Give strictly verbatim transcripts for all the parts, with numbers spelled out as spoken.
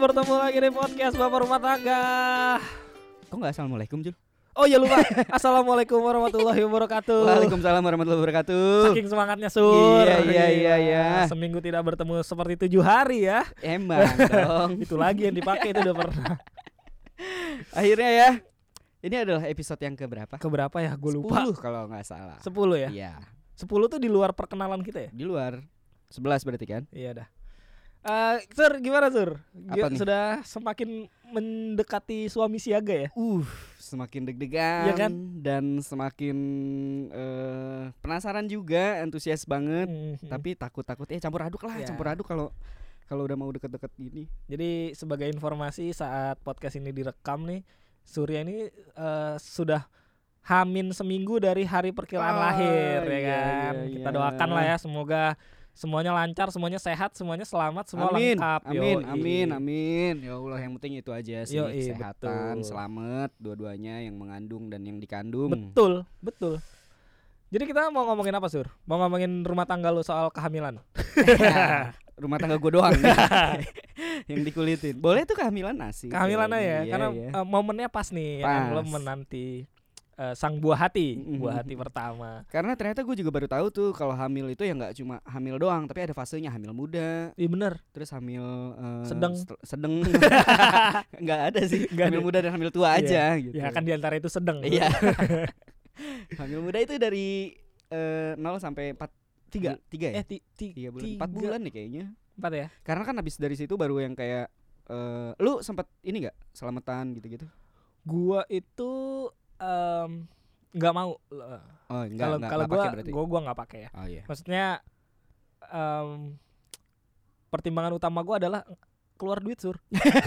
bertemu lagi di podcast Bapak Rumah Tangga. Kok nggak assalamualaikum Jul? Oh ya lupa. Assalamualaikum warahmatullahi wabarakatuh. Waalaikumsalam warahmatullahi wabarakatuh. Saking semangatnya Sur. Iya iya iya iya. Seminggu tidak bertemu seperti tujuh hari ya. Emang dong. Itu lagi yang dipakai itu udah pernah. Akhirnya ya. Ini adalah episode yang keberapa? Keberapa ya? Gue lupa. sepuluh kalau nggak salah. Sepuluh ya? Iya. Sepuluh tuh di luar perkenalan kita ya? Di luar. Sebelas berarti kan? Iya dah. Uh, Sur, gimana Sur? Apa nih? Sudah semakin mendekati suami siaga ya? Uh, semakin deg-degan Iya kan? dan semakin uh, penasaran juga, antusias banget. Hmm. Tapi takut-takut eh campur aduk lah, Ya. campur aduk kalau kalau udah mau deket-deket gini. Jadi sebagai informasi saat podcast ini direkam nih, Surya ini uh, sudah hamin seminggu dari hari perkiraan Oh, lahir ya iya, kan. iya, Kita iya. doakan lah ya, semoga semuanya lancar, semuanya sehat, semuanya selamat, semua Amin, lengkap. amin, Yoi. amin, amin. Ya Allah, yang penting itu aja sih, Yoi, kesehatan, betul. selamat, dua-duanya yang mengandung dan yang dikandung. Betul, betul. Jadi kita mau ngomongin apa Sur? Mau ngomongin rumah tangga lu soal kehamilan. Rumah tangga gue doang nih. yang dikulitin. Boleh tuh kehamilan asik. Kehamilan aja ya, Iya, karena iya. uh, momennya pas nih, ya kan? Pas. Belum menanti uh, sang buah hati, Mm-mm. buah hati pertama. Karena ternyata gue juga baru tahu tuh kalau hamil itu ya nggak cuma hamil doang, tapi ada fasenya hamil muda, Iya bener. terus hamil uh, Sedang. setel- sedang. Nggak ada sih. Nggak hamil ada. muda dan hamil tua aja gitu. Ya kan diantara itu sedang. Iya. Hamil muda itu dari uh, nol sampai empat Tiga. tiga ya? Eh ti, ti, Tiga bulan, tiga. empat bulan nih kayaknya. Empat ya? Karena kan habis dari situ baru yang kayak eh lu sempat ini nggak selamatan gitu-gitu? Gua itu em, nggak mau. Oh enggak, Kalau enggak, kalau enggak gua pakai berarti. gua gua nggak pakai ya. Oh iya. Maksudnya em, pertimbangan utama gua adalah keluar duit Sur.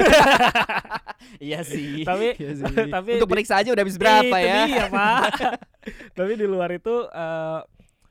Iya sih. Tapi- iya sih. tapi untuk di- periksa aja udah habis berapa Itu ya? dia, Pak. Tapi di luar itu eh,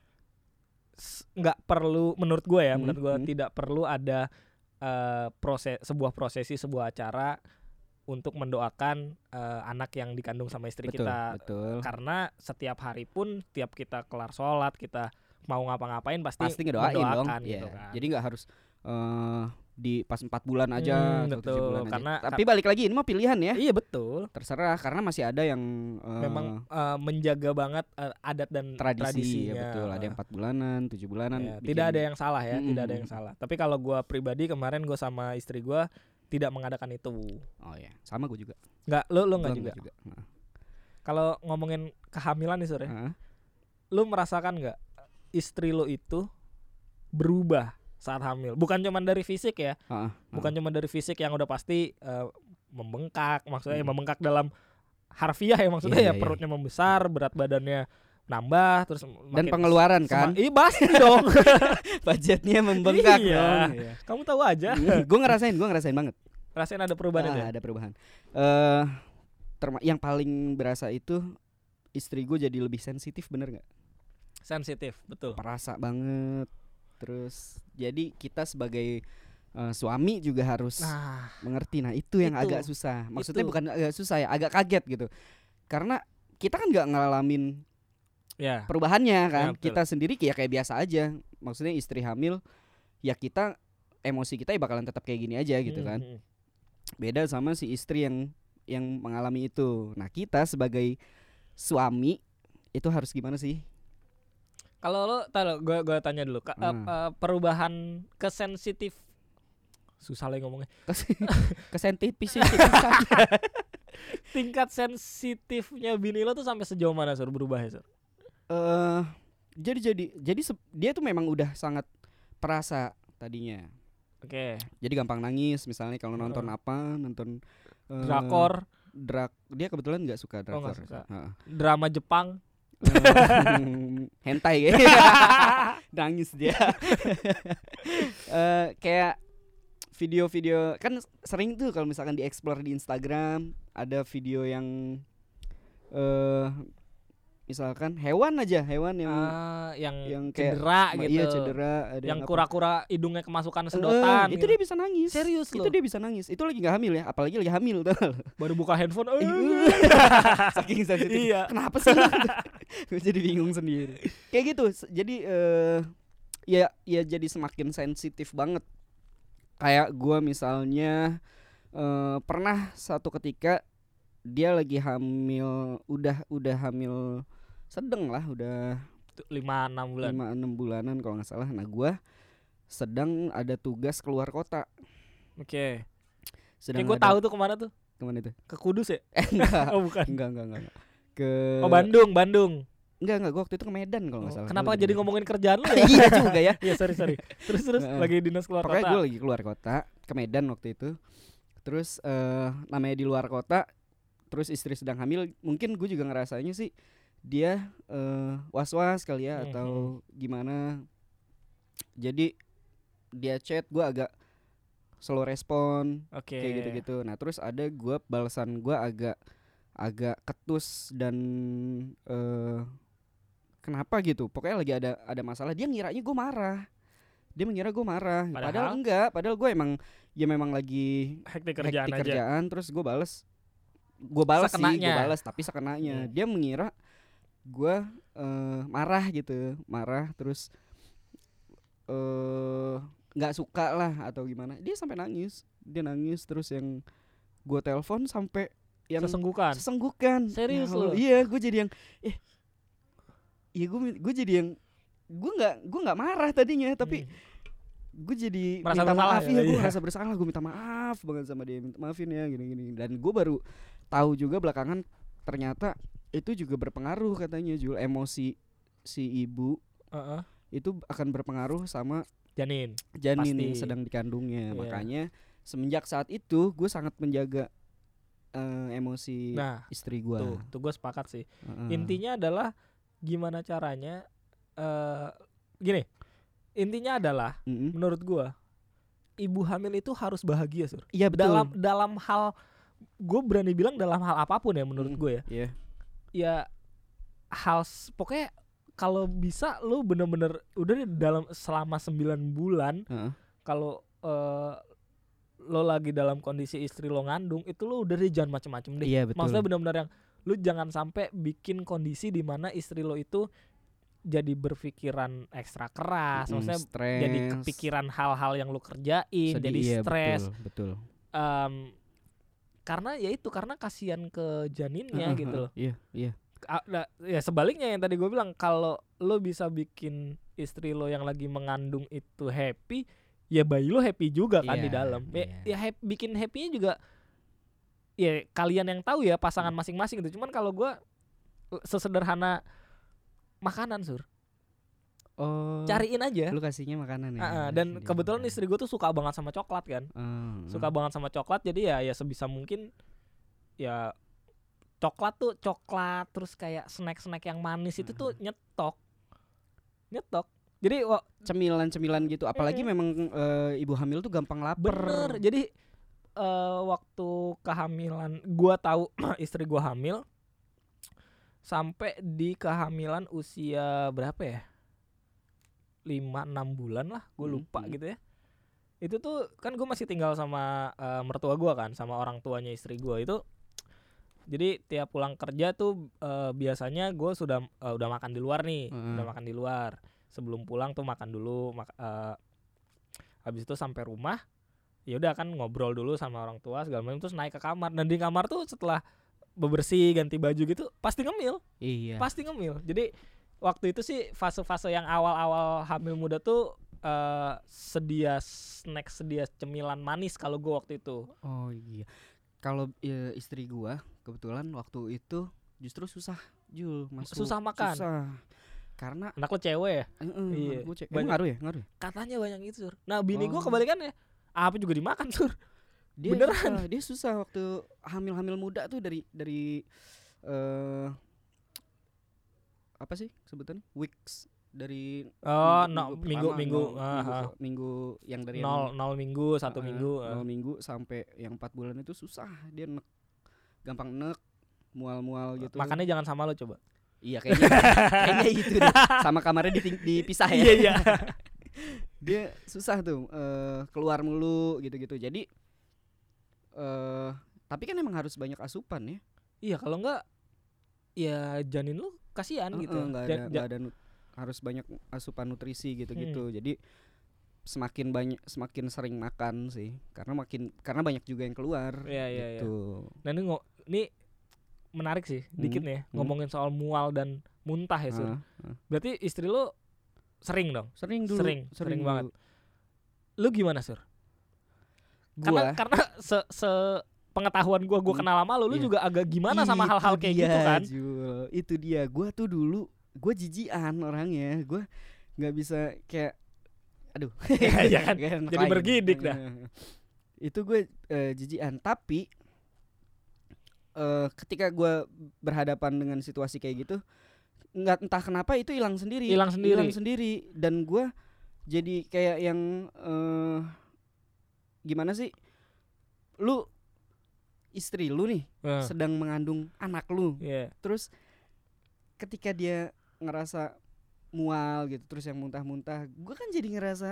s- nggak perlu menurut gua ya, Hmm, menurut gua hmm. tidak perlu ada eh, proses sebuah prosesi sebuah acara untuk mendoakan eh, anak yang dikandung sama istri Betul, kita. betul. Karena setiap hari pun tiap kita kelar sholat, kita mau ngapa-ngapain pasti, Pasti ngedoain dong. mendoakan Iya. gitu kan. Jadi nggak harus eh di pas empat bulan aja Hmm, atau tujuh betul. bulan aja. Karena- Tapi balik lagi ini mah pilihan ya. Iya betul. Terserah karena masih ada yang eh, Memang eh, menjaga banget eh, adat dan tradisi tradisinya. ya betul. Ada yang empat bulanan, tujuh bulanan. Ya, bikin- tidak ada yang salah ya, tidak ada Mm-mm. yang salah. Tapi kalau gua pribadi kemarin gua sama istri gua tidak mengadakan itu. Oh ya, sama gue juga. Enggak, lu lu enggak Gua juga. nggak Heeh. Kalau ngomongin kehamilan nih Sur ya, Heeh. lu merasakan enggak istri lu itu berubah saat hamil? Bukan cuma dari fisik ya, Heeh, bukan cuma dari fisik yang udah pasti eh, membengkak, maksudnya ya Hmm. membengkak dalam harfiah ya, maksudnya Iya, ya iya, perutnya membesar, berat badannya nambah, terus dan makin pengeluaran sema- kan Iya pasti dong. budgetnya membengkak Iya. dong. Kamu tahu aja. gue ngerasain, gue ngerasain banget. Rasain ada perubahan Ah, itu ya? ada perubahan. Eh, terma- yang paling berasa itu istri gue jadi lebih sensitif, bener nggak? Sensitif, betul. Perasa banget. Terus jadi kita sebagai eh, suami juga harus Nah, mengerti. Nah itu yang itu. agak susah. Maksudnya Itu. bukan agak susah ya, agak kaget gitu. Karena kita kan nggak ngalamin ya. perubahannya kan. Ya, betul. Kita sendiri ya kayak biasa aja. Maksudnya istri hamil ya kita emosi kita ya bakalan tetap kayak gini aja gitu kan. Hmm, hmm. Beda sama si istri yang yang mengalami itu. Nah, kita sebagai suami itu harus gimana sih? Kalau lo, tahu, gue gue tanya dulu, Ka- Hmm. eh, perubahan kesensitif, susah lagi ngomongnya. Kesensitif sih. Tingkat sensitifnya bini lo tuh sampai sejauh mana Sur berubah ya Sur? Eh, jadi jadi jadi se- dia tuh memang udah sangat perasa tadinya. Oke. Jadi gampang nangis misalnya kalau nonton Hmm. apa, nonton eh, Drakor, drak dia kebetulan nggak suka Oh, drakor. nggak suka. Heeh. drama Jepang. Eh, hentai ya. Nangis dia. Eh, kayak video-video kan sering tuh kalau misalkan di-explore di Instagram ada video yang eh misalkan hewan aja, hewan yang Ah, yang, yang kayak cedera ma- gitu. iya cedera, ada yang apa. kura-kura hidungnya kemasukan Eh, sedotan. itu gitu. dia bisa nangis. Serius Itu lo? dia bisa nangis. Itu lagi nggak hamil ya, apalagi lagi hamil tuh. Baru buka handphone. eh, Saking sensitif. Iya. Kenapa sih? Gue jadi bingung sendiri. Kayak gitu. s- Jadi eh ya ya jadi semakin sensitif banget. Kayak gua misalnya uh, pernah satu ketika dia lagi hamil, udah udah hamil sedang lah, udah lima enam bulan. lima enam bulanan kalau nggak salah. Nah gua sedang ada tugas keluar kota. Oke. Sedang Kayak gue ada- tahu tuh kemana tuh? Kemana itu? Ke Kudus ya? Eh, enggak. Oh bukan. enggak, enggak, enggak, enggak. Ke Oh Bandung, Bandung. Enggak, enggak, gua waktu itu ke Medan kalau enggak Oh, salah. kenapa Gua lagi jadi di Medan. ngomongin kerjaan lu ya? Iya juga ya. Iya sorry sorry. Terus terus Heeh. lagi dinas keluar Pokoknya kota. gue lagi keluar kota ke Medan waktu itu. Terus eh namanya di luar kota, terus istri sedang hamil, mungkin gue juga ngerasanya sih dia eh was-was kali ya, Mhm. atau gimana. Jadi dia chat, gue agak slow respon Oke. kayak gitu-gitu. Nah terus ada gue balasan gue agak agak ketus dan eh kenapa gitu. Pokoknya lagi ada ada masalah. Dia ngiranya gue marah. Dia mengira gue marah. Padahal, Padahal? enggak. Padahal gue emang ya memang lagi Hektik kerjaan hektik aja. kerjaan. Terus gue bales. Gue balas sih. Gue Sekenanya. balas. Tapi sekenanya. Hmm. Dia mengira gue eh, marah gitu. Marah terus eh nggak suka lah atau gimana. Dia sampai nangis. Dia nangis terus yang gue telepon sampai yang Sesenggukan. sesenggukan. Serius Ya Allah, lu? Iya, gue jadi yang eh iya gue gue jadi yang gue nggak gue nggak marah tadinya tapi Hmm. gue jadi Merasa minta bersalah maaf ya? ya, gue Iya. merasa bersalah, gue minta maaf banget sama dia, minta maafin ya gini-gini. Dan gue baru tahu juga belakangan ternyata itu juga berpengaruh katanya Jul, emosi si ibu Heeh. itu akan berpengaruh sama Janin. janin Pasti. yang sedang dikandungnya. Iya. Makanya semenjak saat itu gue sangat menjaga eh, emosi Nah, istri gue. tuh, tuh gue sepakat sih. Intinya adalah gimana caranya eh gini. Intinya adalah menurut gua ibu hamil itu harus bahagia, Sur. Iya betul. Dalam dalam hal gue berani bilang dalam hal apapun ya menurut Mm. gue ya. Iya. Ya hal s- pokoknya kalau bisa lu bener-bener udah deh dalam selama sembilan bulan Heeh. kalau eh, lo lagi dalam kondisi istri lo ngandung itu lo udah deh jangan macem-macem deh. Iya betul. Maksudnya benar-benar yang lu jangan sampai bikin kondisi di mana istri lo itu jadi berpikiran ekstra keras, Mm, maksudnya stres. jadi kepikiran hal-hal yang lu kerjain, Sedih, jadi iya, stres. Betul, betul. Em, karena ya itu karena kasihan ke janinnya Heeh, gitu loh. Iya, iya. A- nah, ya sebaliknya yang tadi gue bilang kalau lo bisa bikin istri lo yang lagi mengandung itu happy, ya bayi lo happy juga kan Iya, di dalam. Ya, iya. ya hap- bikin happy-nya juga ya kalian yang tahu ya pasangan Hmm. masing-masing gitu. Cuman kalau gue sesederhana makanan, Sur. Oh. Cariin aja. Lu kasihnya makanan ya. Ah, ah, dan Dia kebetulan makan. istri gue tuh suka banget sama coklat kan. Ah, Suka ah. banget sama coklat jadi ya ya sebisa mungkin ya coklat tuh coklat terus kayak snack-snack yang manis itu tuh nyetok. Nyetok. Jadi wa- Cemilan-cemilan gitu. Apalagi Mm. memang eh, ibu hamil tuh gampang lapar. bener. Jadi eh, waktu kehamilan gua tahu istri gua hamil sampai di kehamilan usia berapa ya? lima enam bulan lah, gue Hmm, lupa hmm. gitu ya. Itu tuh kan gue masih tinggal sama eh, mertua gua kan, sama orang tuanya istri gua itu. Jadi tiap pulang kerja tuh eh, biasanya gue sudah eh, udah makan di luar nih, Heeh. udah makan di luar. Sebelum pulang tuh makan dulu, mak- eh, habis itu sampai rumah, ya udah kan ngobrol dulu sama orang tua segala macam, terus naik ke kamar. Dan di kamar tuh setelah bebersih ganti baju gitu pasti ngemil, Iya. pasti ngemil. Jadi waktu itu sih fase-fase yang awal-awal hamil muda tuh eh, sedia snack, sedia cemilan manis kalau gue waktu itu. Oh iya. Kalau ya, istri gua kebetulan waktu itu justru susah Jul masuk. Susah makan. Susah. Karena Anak lo cewek ya, eh, eh, Iya. anak gua cek- Banyak. emang ngaruh ya, ngaruh. ya? katanya banyak itu, Sur. Nah bini gue Oh. kebalikannya, apa juga dimakan, Sur. Dia Beneran. susah, dia susah waktu hamil-hamil muda tuh dari dari eh apa sih sebutannya? Weeks dari Oh, no, minggu pertama, minggu, nol- ah, minggu, ah. ke- minggu yang dari nol yang, nol minggu, satu eh, minggu. eh. nol minggu sampai yang empat bulan itu susah, dia nek, gampang nek, mual-mual gitu. Makannya jangan sama lo coba. Iya kayaknya kayaknya itu deh. Sama kamarnya diting- dipisah ya. Iya iya. Dia susah tuh eh, keluar mulu gitu-gitu. Jadi eh tapi kan emang harus banyak asupan ya. Iya kalau enggak ya janin lu kasihan Eh, gitu. eh, nggak ada Ja- nggak ja- ada nu- harus banyak asupan nutrisi gitu-gitu. Hmm. Jadi semakin banyak semakin sering makan sih, karena makin karena banyak juga yang keluar. Iya, iya, iya. gitu. Nah ini ngo- ini menarik sih Hmm, dikit nih ya, hmm. ngomongin soal mual dan muntah ya Sur. Ah, ah. Berarti istri lu sering dong? Sering dulu. Sering, sering dulu. banget. Lu gimana Sur? Gua Karena karena se, se pengetahuan gua gua Hmm, kenal sama lu, lu iya. juga agak gimana sama Itu hal-hal kayak dia, gitu kan? Jul. Itu dia. Gua tuh dulu gua jijian orangnya. Gua nggak bisa kayak aduh. Iya kan? Kayak enak Jadi lain. bergidik dah. Itu gue eh, jijian, tapi eh, ketika gue berhadapan dengan situasi kayak gitu, nggak entah kenapa itu hilang sendiri, Hilang sendiri. hilang sendiri, dan gue jadi kayak yang eh, gimana sih, lu istri lu nih Heeh. sedang mengandung anak lu, Iya. terus ketika dia ngerasa mual gitu, terus yang muntah-muntah, gue kan jadi ngerasa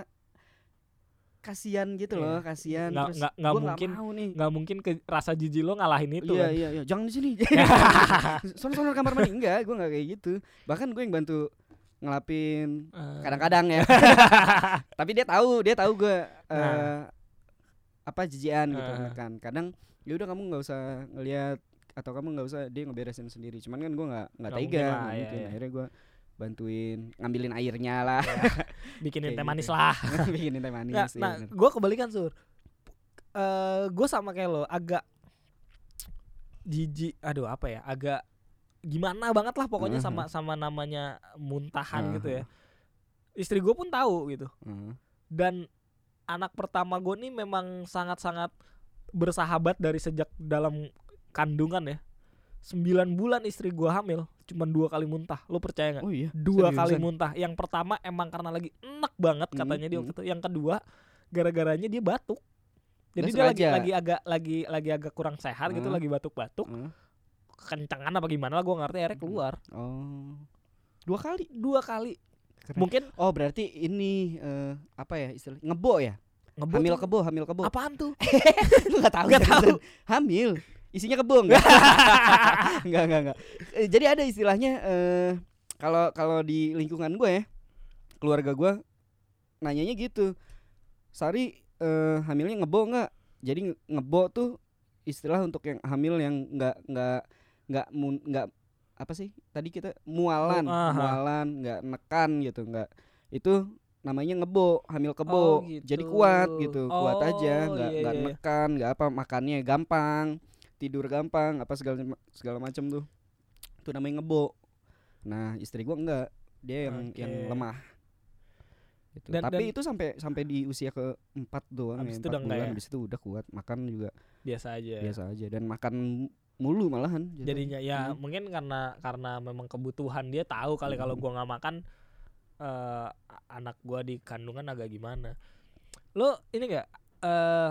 kasihan gitu Iya. loh, kasihan. Nggak- Terus nggak- nggak gua mungkin mau nih. Nggak mungkin ke rasa jijik lo ngalahin itu Iya kan? iya iya, jangan di sini. Sono-sono kamar mandi, enggak, gue nggak kayak gitu. Bahkan gue yang bantu ngelapin Eh, kadang-kadang ya. Tapi dia tahu, dia tahu gue eh, Nah. apa jijian gitu Eh. kan. Kadang ya udah kamu nggak usah ngelihat atau kamu nggak usah, dia ngeberesin sendiri. Cuman kan gue nggak nggak Nggak tega, mungkin lah, nggak iya, mungkin. iya. Akhirnya gue bantuin ngambilin airnya lah, bikinin Kayak teh manis gitu. lah. bikinin teh manis. Nah, iya nah bener. gue kebalikan Sur. Eh gue sama kayak lo, agak jijik, aduh apa ya, agak gimana banget lah pokoknya sama sama namanya muntahan gitu ya. Istri gue pun tahu gitu. Heeh. Dan anak pertama gue nih memang sangat-sangat bersahabat dari sejak dalam kandungan ya. Sembilan bulan istri gue hamil, cuman dua kali muntah. Lo percaya nggak? Oh iya. Dua seriusan? kali muntah. Yang pertama emang karena lagi enak banget Hmm, katanya dia waktu hmm. itu. Yang kedua gara-garanya dia batuk. Jadi Nggak dia lagi sengaja. lagi agak lagi lagi agak kurang sehat gitu, Hmm. lagi batuk-batuk. Heeh. Kencangan apa gimana lah gue ngerti, akhirnya keluar. Oh. Dua kali. Dua kali. Keren. Mungkin Oh berarti ini eh, apa ya istilahnya, ngebo ya? ngebut. Hamil tuh- kebo, hamil kebo. Apaan tuh? Lu nggak tahu? Nggak seriusan? tahu. Hamil. Isinya kebo enggak? Enggak enggak enggak. Eh, jadi ada istilahnya eh, kalau kalau di lingkungan gue ya, keluarga gue nanyanya gitu. Sari eh, hamilnya ngebo enggak? Jadi nge- ngebo tuh istilah untuk yang hamil yang enggak enggak enggak mun- enggak apa sih? Tadi kita mualan, Mu- aha. mualan, enggak nekan gitu, enggak. Itu namanya ngebo, hamil kebo. Oh, gitu. Jadi kuat gitu, kuat aja, Oh, enggak iya, enggak iya. nekan, enggak apa, makannya gampang, tidur gampang, apa segala segala macam tuh. Itu namanya ngebo. Nah, istri gua enggak, dia yang Oke. yang lemah. Gitu. Dan- Tapi dan- itu sampai sampai di usia keempat doang, Abis ya, itu empat udah enggak bulan, ya? habis itu udah kuat, makan juga Biasa aja. biasa aja dan makan mulu malahan. Jadinya ya Hmm. mungkin karena karena memang kebutuhan dia tahu kali kalau Hmm. gua nggak makan eh, anak gua di kandungan agak gimana. Lo ini enggak eh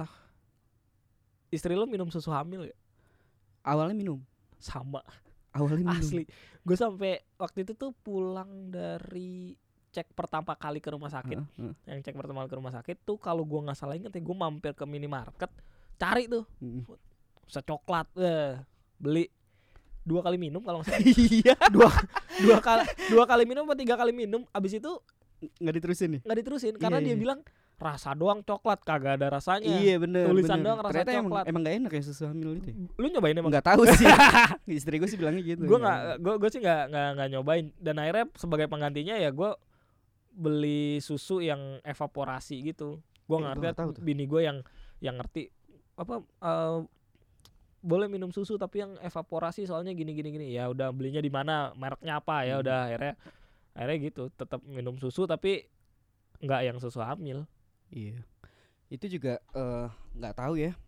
istri lo minum susu hamil gak? Awalnya minum, Sama awalnya minum. asli. Gue sampai waktu itu tuh pulang dari cek pertama kali ke rumah sakit. Heeh, heeh. Yang cek pertama kali ke rumah sakit tuh kalau gua nggak salah inget ya, gue mampir ke minimarket cari tuh Mm. secoklat, eh, beli dua kali minum kalau nggak salah. Iya, dua dua kali dua kali minum atau tiga kali minum, abis itu nggak diterusin nih. nggak diterusin karena Iya, dia iya. bilang rasa doang coklat, kagak ada rasanya. Iya bener. Tulisan bener. doang rasa Ternyata emang, coklat. emang gak enak ya susu hamil itu. Ya? Lu nyobain emang? Nggak tahu sih. Istri gue sih bilangnya gitu. Gue nggak, gue gue sih nggak nggak nggak nyobain. Dan akhirnya sebagai penggantinya ya gue beli susu yang evaporasi gitu. Gue Eh, nggak gua ngerti. nggak tahu tuh. Bini gue yang yang ngerti apa. eh, boleh minum susu tapi yang evaporasi soalnya gini gini gini. Ya udah, belinya di mana, mereknya apa, ya Hmm. udah akhirnya akhirnya gitu. Tetap minum susu tapi nggak yang susu hamil. Iya. Itu juga eh, nggak tahu ya.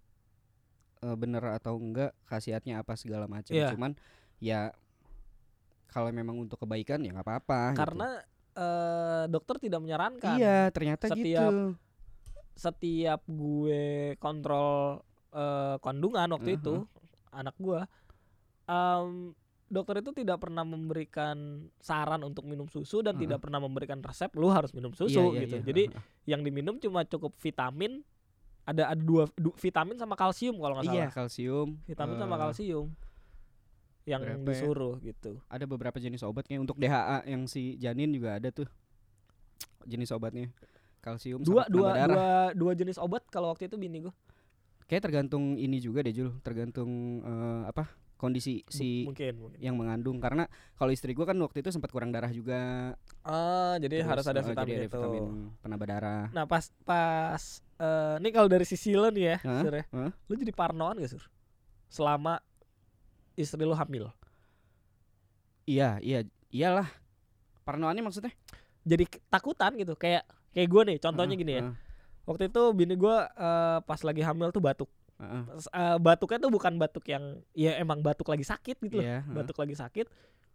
Eh, bener atau enggak khasiatnya apa segala macam. Iya. Cuman ya kalau memang untuk kebaikan ya nggak apa-apa. gitu. Karena eh, dokter tidak menyarankan. Iya ternyata Setiap gitu. Setiap gue kontrol eh, kandungan waktu Uh-huh. itu anak gue, em, dokter itu tidak pernah memberikan saran untuk minum susu dan Uh-huh. tidak pernah memberikan resep lu harus minum susu Iya, iya, gitu. iya. Jadi Uh-huh. yang diminum cuma cukup vitamin, ada ada dua du- vitamin sama kalsium kalau nggak Iya salah. kalsium. Vitamin eh, sama kalsium yang berapa ya? disuruh gitu. Ada beberapa jenis obat kayak untuk D H A yang si janin juga ada tuh jenis obatnya. kalsium Dua sama dua penambah darah. dua dua jenis obat kalau waktu itu bini gue. Kayak tergantung ini juga deh Jul, tergantung uh, apa kondisi si mungkin mungkin. yang mengandung. Karena kalau istri gue kan waktu itu sempat kurang darah juga. Ah, jadi Terus, harus ada uh, vitamin jadi ada itu. vitamin penambah darah. Nah pas pas uh, ini kalau dari sisi lo nih ya, Hah? Sur ya, Hah? lo jadi parnoan gak Sur? Selama istri lo hamil. Iya, iya, iyalah. Parnoannya maksudnya? Jadi takutan gitu, kayak kayak gue nih, contohnya Uh, gini ya. uh, Waktu itu bini gue uh, pas lagi hamil tuh batuk. uh, uh. Uh, batuknya tuh bukan batuk yang ya emang batuk lagi sakit gitu loh. Iya, uh. Batuk lagi sakit.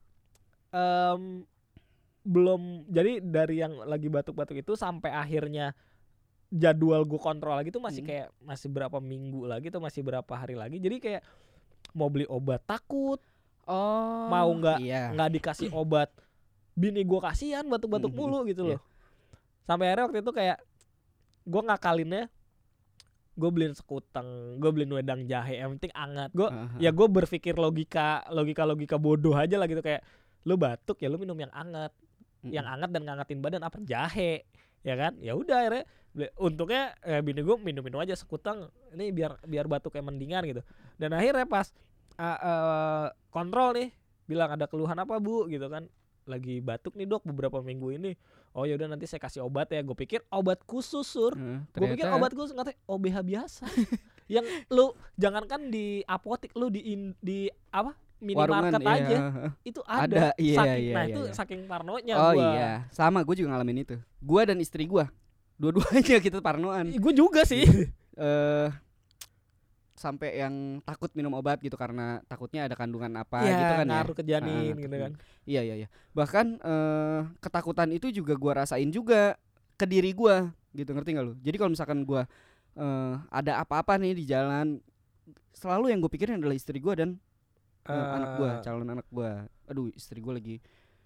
Um, belum jadi dari yang lagi batuk-batuk itu sampai akhirnya jadwal gue kontrol lagi tuh masih Hmm. kayak masih berapa minggu lagi tuh masih berapa hari lagi. Jadi kayak mau beli obat takut, Oh, mau nggak iya. nggak dikasih obat, bini gue kasihan batuk-batuk Mhm, mulu gitu loh. iya. Sampai akhirnya waktu itu kayak gue ngakalinnya, gue beliin sekuteng, gue beliin wedang jahe, yang penting anget. Gue Uh, uh. ya gue berpikir logika logika logika bodoh aja lah gitu, kayak lu batuk ya lu minum yang anget, Mm-mm. yang anget dan ngangetin badan apa jahe, ya kan? Ya udah akhirnya beli- untungnya eh, bini gue minum-minum aja sekuteng ini biar biar batuknya mendingan gitu. Dan akhirnya pas uh, uh, kontrol nih, bilang ada keluhan apa bu gitu kan, lagi batuk nih dok beberapa minggu ini. Oh ya udah nanti saya kasih obat ya. Gue pikir obat khusus Sur. Uh, Gue pikir ternyata- obat khusus, nggak O B H biasa. Yang lu jangankan di apotek, lu di in, di apa minimarket warungan, aja iya, uh, uh. itu Ada, ada. iya, Saking, iya, nah iya, itu iya. saking parnonya Oh gua. iya, sama gue juga ngalamin itu. Gue dan istri gue, dua-duanya kita parnoan. Gue juga sih. Eh sampai yang takut minum obat gitu karena takutnya ada kandungan apa Ya, gitu kan ya. ngaruh ke janin Ah, gitu kan. Iya iya iya. Bahkan eh, ketakutan itu juga gue rasain juga ke diri gue gitu, ngerti nggak lu? Jadi kalau misalkan gue eh, ada apa-apa nih di jalan, selalu yang gue pikirin adalah istri gue dan eh, Eh, anak gue, calon anak gue. Aduh, istri gue lagi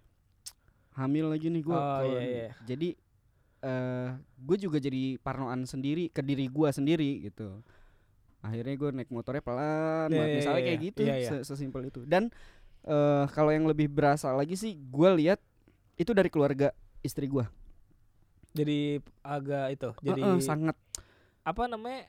hamil lagi nih gue. Oh, iya, iya. Jadi eh gue juga jadi parnoan sendiri ke diri gue sendiri gitu. Akhirnya gue naik motornya pelan, Iya, banget. iya, Misalnya iya, kayak iya. gitu, Iya, iya. se- sesimpel itu. Dan eh kalau yang lebih berasa lagi sih, gue lihat itu dari keluarga istri gue. Jadi agak itu. Jadi Eh, eh, sangat apa namanya?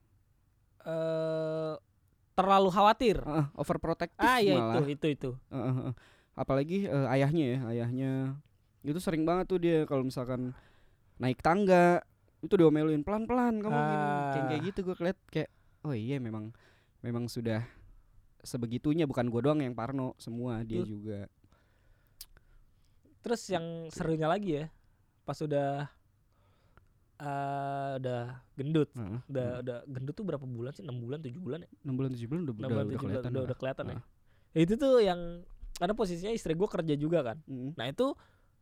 Eh terlalu khawatir. eh, eh, overprotective Ah iya malah. itu itu itu. Eh, eh, eh. Apalagi eh, ayahnya ya, ayahnya itu sering banget tuh dia kalau misalkan naik tangga itu diomelin pelan-pelan kamu gini. Kayak kayak Ah. gitu gue keliat kayak oh iya memang memang sudah sebegitunya, bukan gue doang yang parno, semua dia Tuh. juga. Terus yang serunya lagi ya, pas udah eh udah gendut. Heeh. Udah udah gendut tuh berapa bulan sih? enam bulan, tujuh bulan ya? enam bulan tujuh bulan udah enam udah, bulan, udah tujuh bulan kelihatan. udah, lah. udah kelihatan ya. Ah. Ya itu tuh yang karena posisinya istri gue kerja juga kan. Mm. Nah itu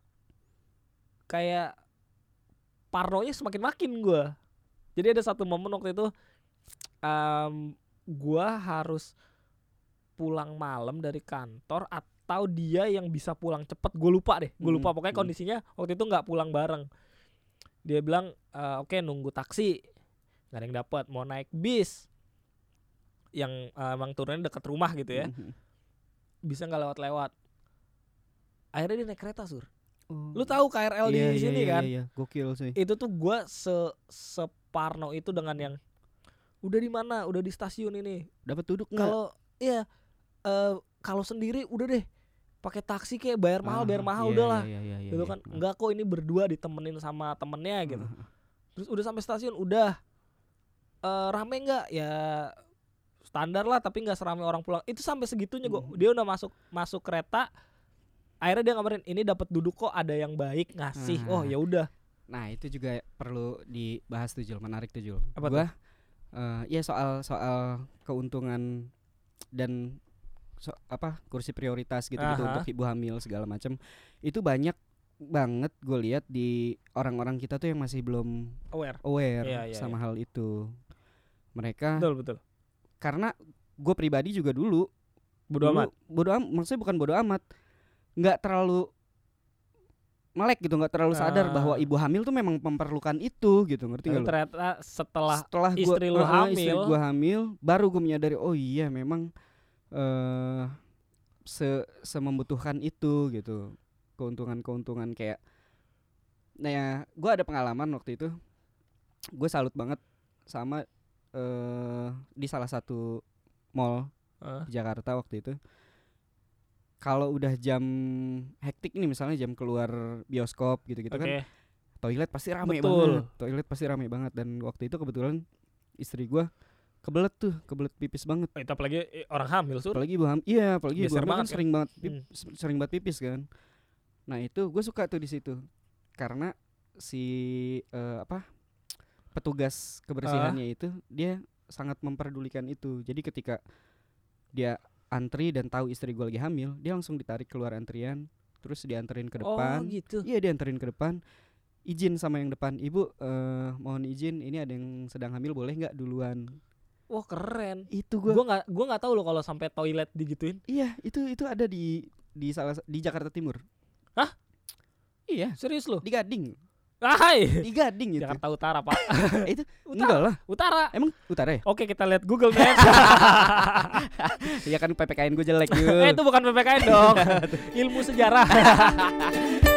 kayak parnonya semakin makin gue. Jadi ada satu momen waktu itu um, gue harus pulang malam dari kantor atau dia yang bisa pulang cepet. Gue lupa deh, gue lupa Mm, pokoknya mm. kondisinya waktu itu nggak pulang bareng. Dia bilang e, oke nunggu taksi, nggak ada yang dapat, mau naik bis yang uh, emang turunnya dekat rumah gitu ya, Mhm. bisa nggak lewat-lewat. Akhirnya dia naik kereta Sur. Oh. Lu tahu K R L Iya, di iya, sini iya, kan? Iya, iya. Gokil sih. Itu tuh gue se separno itu dengan yang udah di mana, udah di stasiun ini. Dapat duduk nggak? Kalau iya eh kalau sendiri udah deh pakai taksi kayak bayar mahal, bayar Ah, mahal iya, udahlah. iya, iya, iya, Gitu iya. kan. Enggak kok, ini berdua ditemenin sama temennya gitu. Ah, ah. Terus udah sampai stasiun udah eh rame nggak ya standar lah, tapi nggak serame orang pulang. Itu sampai segitunya gue. Mhm. Dia udah masuk masuk kereta. Akhirnya dia ngabarin ini dapat duduk kok, ada yang baik ngasih. Ah. Oh ya udah. Nah itu juga perlu dibahas tuh Jul, menarik tuh Jul. Apa Gua eh, ya soal soal keuntungan dan so, apa kursi prioritas gitu-gitu Aha. untuk ibu hamil segala macam. Itu banyak banget gue lihat di orang-orang kita tuh yang masih belum Aware. aware Iya, iya, sama iya. hal itu. Mereka Betul betul. karena gue pribadi juga dulu Bodo dulu amat. bodo amat, maksudnya bukan bodo amat, nggak terlalu melek gitu, nggak terlalu sadar Ah. bahwa ibu hamil tuh memang memerlukan itu gitu, ngerti nggak lu? Ternyata setelah Setelah gua, istri lu uh, istri hamil. gua hamil, baru gue menyadari oh iya memang eh se semembutuhkan itu gitu, keuntungan-keuntungan kayak, nah ya gue ada pengalaman waktu itu gue salut banget sama uh, di salah satu mall Uh. di Jakarta waktu itu. Kalau udah jam hektik nih, misalnya jam keluar bioskop gitu-gitu okay. kan, toilet pasti rame Betul. banget. Toilet pasti rame banget. Dan waktu itu kebetulan istri gue kebelet tuh, kebelet pipis banget. Oh, itu apalagi orang hamil sur. Apalagi ibu hamil, iya apalagi ibu Geser hamil kan banget kan? sering banget pip, Hmm. sering banget pipis kan. Nah itu gue suka tuh di situ karena si uh, apa petugas kebersihannya itu dia sangat memperdulikan itu. Jadi ketika dia antri dan tahu istri gue lagi hamil, dia langsung ditarik keluar antrian, terus dianterin ke depan. Oh gitu. Iya dianterin ke depan, izin sama yang depan, ibu uh, mohon izin, ini ada yang sedang hamil, boleh nggak duluan? Wah keren. Itu gue. Gue nggak gue nggak tahu loh kalau sampai toilet digituin. Iya itu itu ada di di salah di Jakarta Timur. Hah? Iya. Serius lo? Di Gading. Hai. Di Gading itu. Jakarta Utara pak. Itu Utara. enggak lah. Utara. Emang utara ya? Oke kita lihat Google Maps. Iya kan P P K N gue jelek Eh itu bukan P P K N dong. Ilmu sejarah.